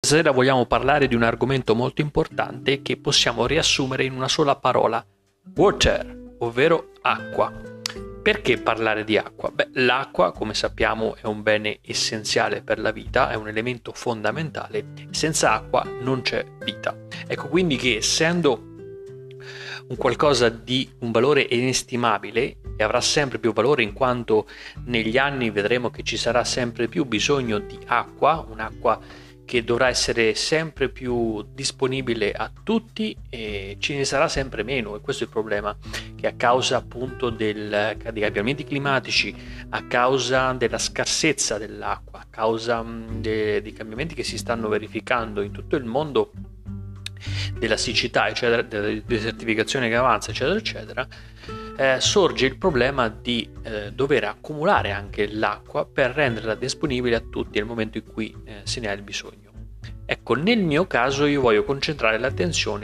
Questa sera vogliamo parlare di un argomento molto importante che possiamo riassumere in una sola parola: water, ovvero acqua. Perché parlare di acqua? L'acqua, come sappiamo, è un bene essenziale per la vita, è un elemento fondamentale. Senza acqua non c'è vita. Ecco quindi che, essendo un qualcosa di un valore inestimabile, e avrà sempre più valore in quanto negli anni vedremo che ci sarà sempre più bisogno di acqua, un'acqua che dovrà essere sempre più disponibile a tutti e ce ne sarà sempre meno, e questo è il problema, che a causa appunto dei cambiamenti climatici, a causa della scarsezza dell'acqua, a causa dei cambiamenti che si stanno verificando in tutto il mondo, della siccità, eccetera, della desertificazione che avanza, eccetera, eccetera, sorge il problema di dover accumulare anche l'acqua per renderla disponibile a tutti nel momento in cui se ne ha il bisogno. Ecco, nel mio caso io voglio concentrare l'attenzione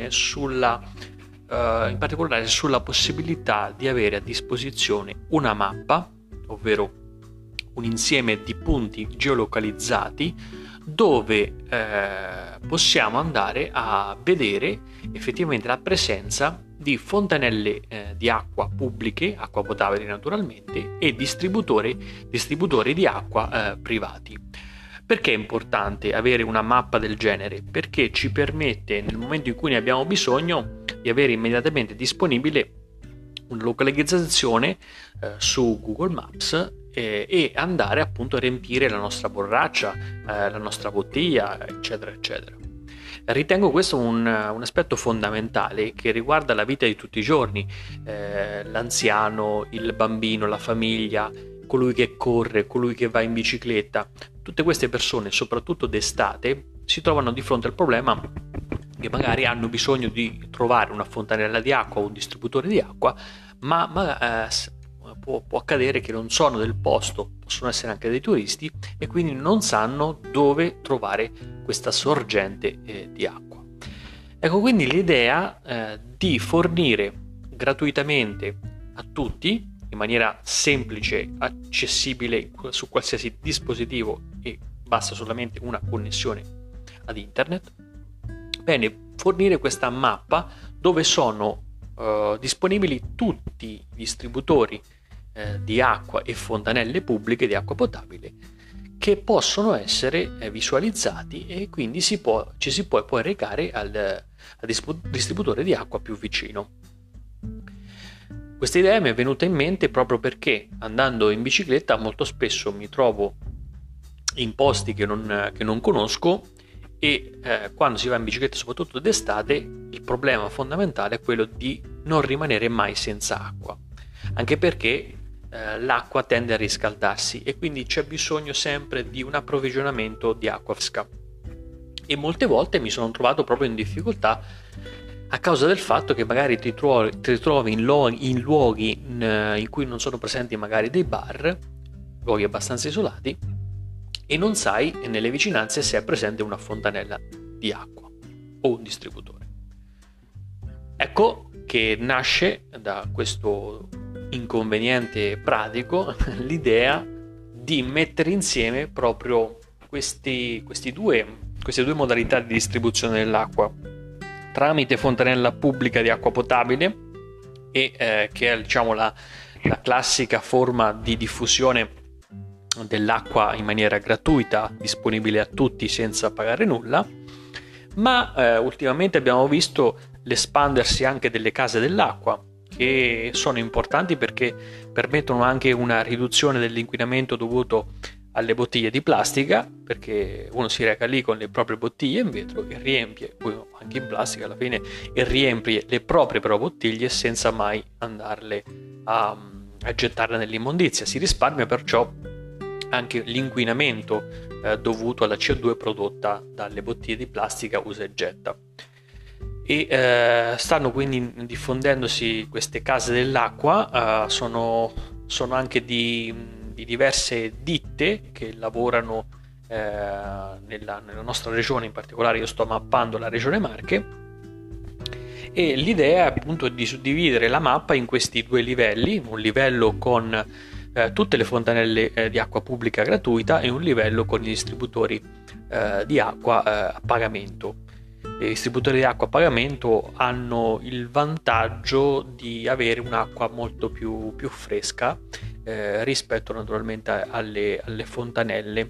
in particolare sulla possibilità di avere a disposizione una mappa, ovvero un insieme di punti geolocalizzati dove possiamo andare a vedere effettivamente la presenza di fontanelle di acqua pubbliche, acqua potabile naturalmente, e distributori di acqua privati. Perché è importante avere una mappa del genere? Perché ci permette, nel momento in cui ne abbiamo bisogno, di avere immediatamente disponibile una localizzazione su Google Maps e andare appunto a riempire la nostra borraccia, la nostra bottiglia, eccetera, eccetera. Ritengo questo un aspetto fondamentale che riguarda la vita di tutti i giorni, l'anziano, il bambino, la famiglia, colui che corre, colui che va in bicicletta. Tutte queste persone, soprattutto d'estate, si trovano di fronte al problema che magari hanno bisogno di trovare una fontanella di acqua o un distributore di acqua, ma può accadere che non sono del posto, possono essere anche dei turisti, e quindi non sanno dove trovare questa sorgente di acqua. Ecco quindi l'idea di fornire gratuitamente a tutti, in maniera semplice, accessibile su qualsiasi dispositivo, e basta solamente una connessione ad internet, fornire questa mappa dove sono disponibili tutti i distributori di acqua e fontanelle pubbliche di acqua potabile che possono essere visualizzati, e quindi ci si può poi recare al distributore di acqua più vicino. Questa idea mi è venuta in mente proprio perché, andando in bicicletta, molto spesso mi trovo in posti che non conosco, e quando si va in bicicletta, soprattutto d'estate, il problema fondamentale è quello di non rimanere mai senza acqua, anche perché l'acqua tende a riscaldarsi e quindi c'è bisogno sempre di un approvvigionamento di acqua fresca, e molte volte mi sono trovato proprio in difficoltà a causa del fatto che magari ti trovi in luoghi in cui non sono presenti magari dei bar, luoghi abbastanza isolati, e non sai nelle vicinanze se è presente una fontanella di acqua o un distributore. Ecco che nasce da questo inconveniente pratico l'idea di mettere insieme proprio queste due modalità di distribuzione dell'acqua tramite fontanella pubblica di acqua potabile, e che è, diciamo, la classica forma di diffusione dell'acqua in maniera gratuita, disponibile a tutti senza pagare nulla. Ma ultimamente abbiamo visto l'espandersi anche delle case dell'acqua, che sono importanti perché permettono anche una riduzione dell'inquinamento dovuto alle bottiglie di plastica, perché uno si reca lì con le proprie bottiglie in vetro e riempie, poi anche in plastica alla fine, e riempie le proprie però bottiglie senza mai andarle a gettarle nell'immondizia. Si risparmia perciò anche l'inquinamento dovuto alla CO2 prodotta dalle bottiglie di plastica usa e getta. E stanno quindi diffondendosi queste case dell'acqua, sono anche di diverse ditte che lavorano nella nostra regione. In particolare io sto mappando la regione Marche, e l'idea è appunto di suddividere la mappa in questi due livelli: un livello con tutte le fontanelle di acqua pubblica gratuita e un livello con i distributori di acqua a pagamento. I distributori di acqua a pagamento hanno il vantaggio di avere un'acqua molto più fresca rispetto naturalmente alle fontanelle.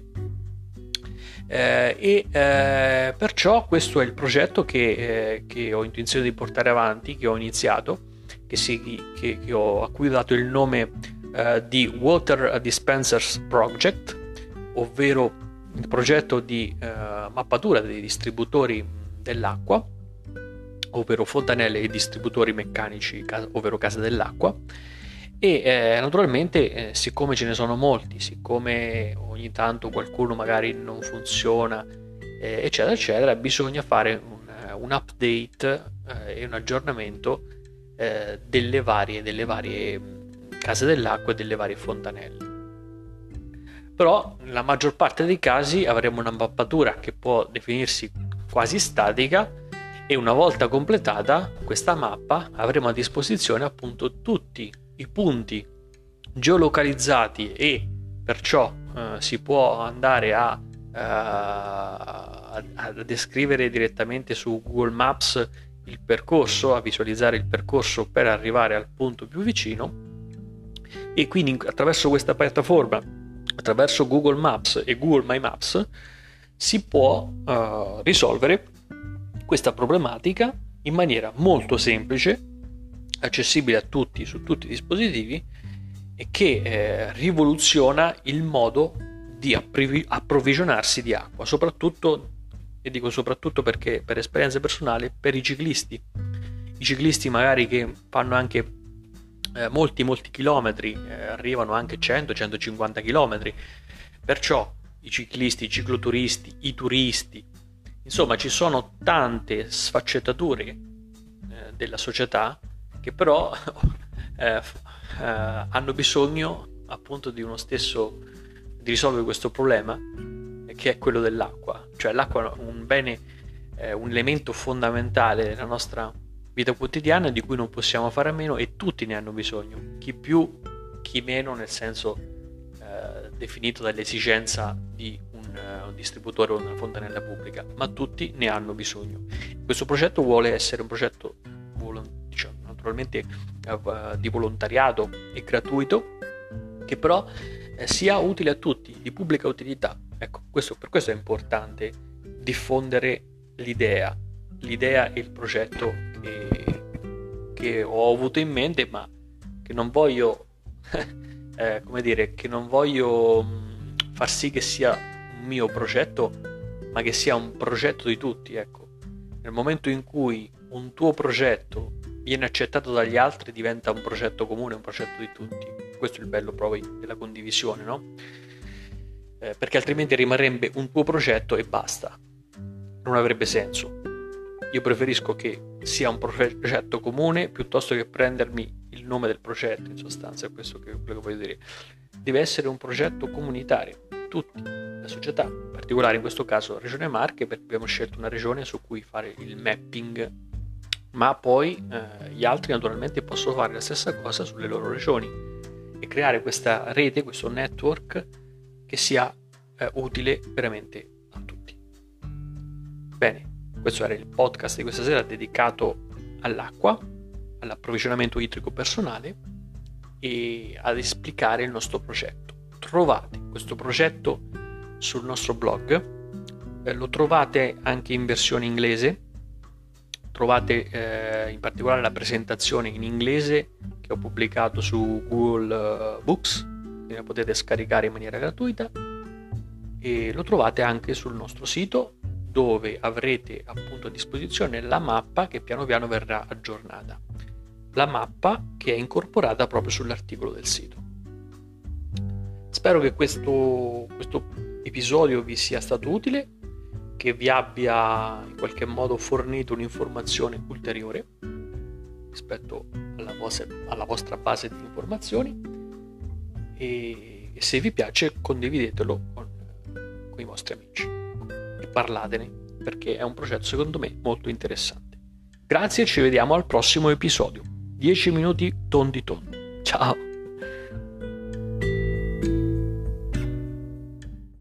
Perciò questo è il progetto che ho intenzione di portare avanti, che ho iniziato, a cui ho dato il nome di Water Dispensers Project, ovvero il progetto di mappatura dei distributori dell'acqua, ovvero fontanelle e distributori meccanici, ovvero case dell'acqua. E naturalmente siccome ce ne sono molti, siccome ogni tanto qualcuno magari non funziona, eccetera eccetera, bisogna fare un update e un aggiornamento delle varie case dell'acqua e delle varie fontanelle. Però nella maggior parte dei casi avremo una mappatura che può definirsi quasi statica, e una volta completata questa mappa avremo a disposizione appunto tutti i punti geolocalizzati, e perciò si può andare a descrivere direttamente su Google Maps il percorso, a visualizzare il percorso per arrivare al punto più vicino. E quindi attraverso questa piattaforma, attraverso Google Maps e Google My Maps, si può risolvere questa problematica in maniera molto semplice, accessibile a tutti su tutti i dispositivi, e che rivoluziona il modo di approvvigionarsi di acqua, soprattutto, e dico soprattutto perché per esperienza personale, per i ciclisti magari che fanno anche molti chilometri, arrivano anche 100-150 chilometri. Perciò i ciclisti, i cicloturisti, i turisti, insomma ci sono tante sfaccettature della società che però hanno bisogno appunto di risolvere questo problema, che è quello dell'acqua. Cioè l'acqua è un bene, un elemento fondamentale della nostra vita quotidiana, di cui non possiamo fare a meno, e tutti ne hanno bisogno, chi più chi meno, nel senso definito dall'esigenza di un distributore o una fontanella pubblica, ma tutti ne hanno bisogno. Questo progetto vuole essere un progetto naturalmente di volontariato e gratuito, che però sia utile a tutti, di pubblica utilità. Ecco, per questo è importante diffondere l'idea e il progetto che ho avuto in mente, ma che non voglio che non voglio far sì che sia un mio progetto, ma che sia un progetto di tutti. Ecco, nel momento in cui un tuo progetto viene accettato dagli altri, diventa un progetto comune, un progetto di tutti. Questo è il bello proprio della condivisione, no? Perché altrimenti rimarrebbe un tuo progetto e basta, non avrebbe senso. Io preferisco che sia un progetto comune piuttosto che prendermi il nome del progetto, in sostanza è questo quello che voglio dire. Deve essere un progetto comunitario, tutti, la società, in particolare in questo caso Regione Marche, perché abbiamo scelto una regione su cui fare il mapping, ma poi gli altri naturalmente possono fare la stessa cosa sulle loro regioni e creare questa rete, questo network che sia utile veramente a tutti. Bene, questo era il podcast di questa sera dedicato all'acqua, all'approvvigionamento idrico personale e ad esplicare il nostro progetto. Trovate questo progetto sul nostro blog, lo trovate anche in versione inglese, trovate in particolare la presentazione in inglese che ho pubblicato su Google Books, che la potete scaricare in maniera gratuita, e lo trovate anche sul nostro sito, dove avrete appunto a disposizione la mappa che piano piano verrà aggiornata, la mappa che è incorporata proprio sull'articolo del sito. Spero che questo episodio vi sia stato utile, che vi abbia in qualche modo fornito un'informazione ulteriore rispetto alla vostra base di informazioni, e se vi piace condividetelo con i vostri amici e parlatene, perché è un progetto secondo me molto interessante. Grazie e ci vediamo al prossimo episodio. 10 minuti tondi. Ciao!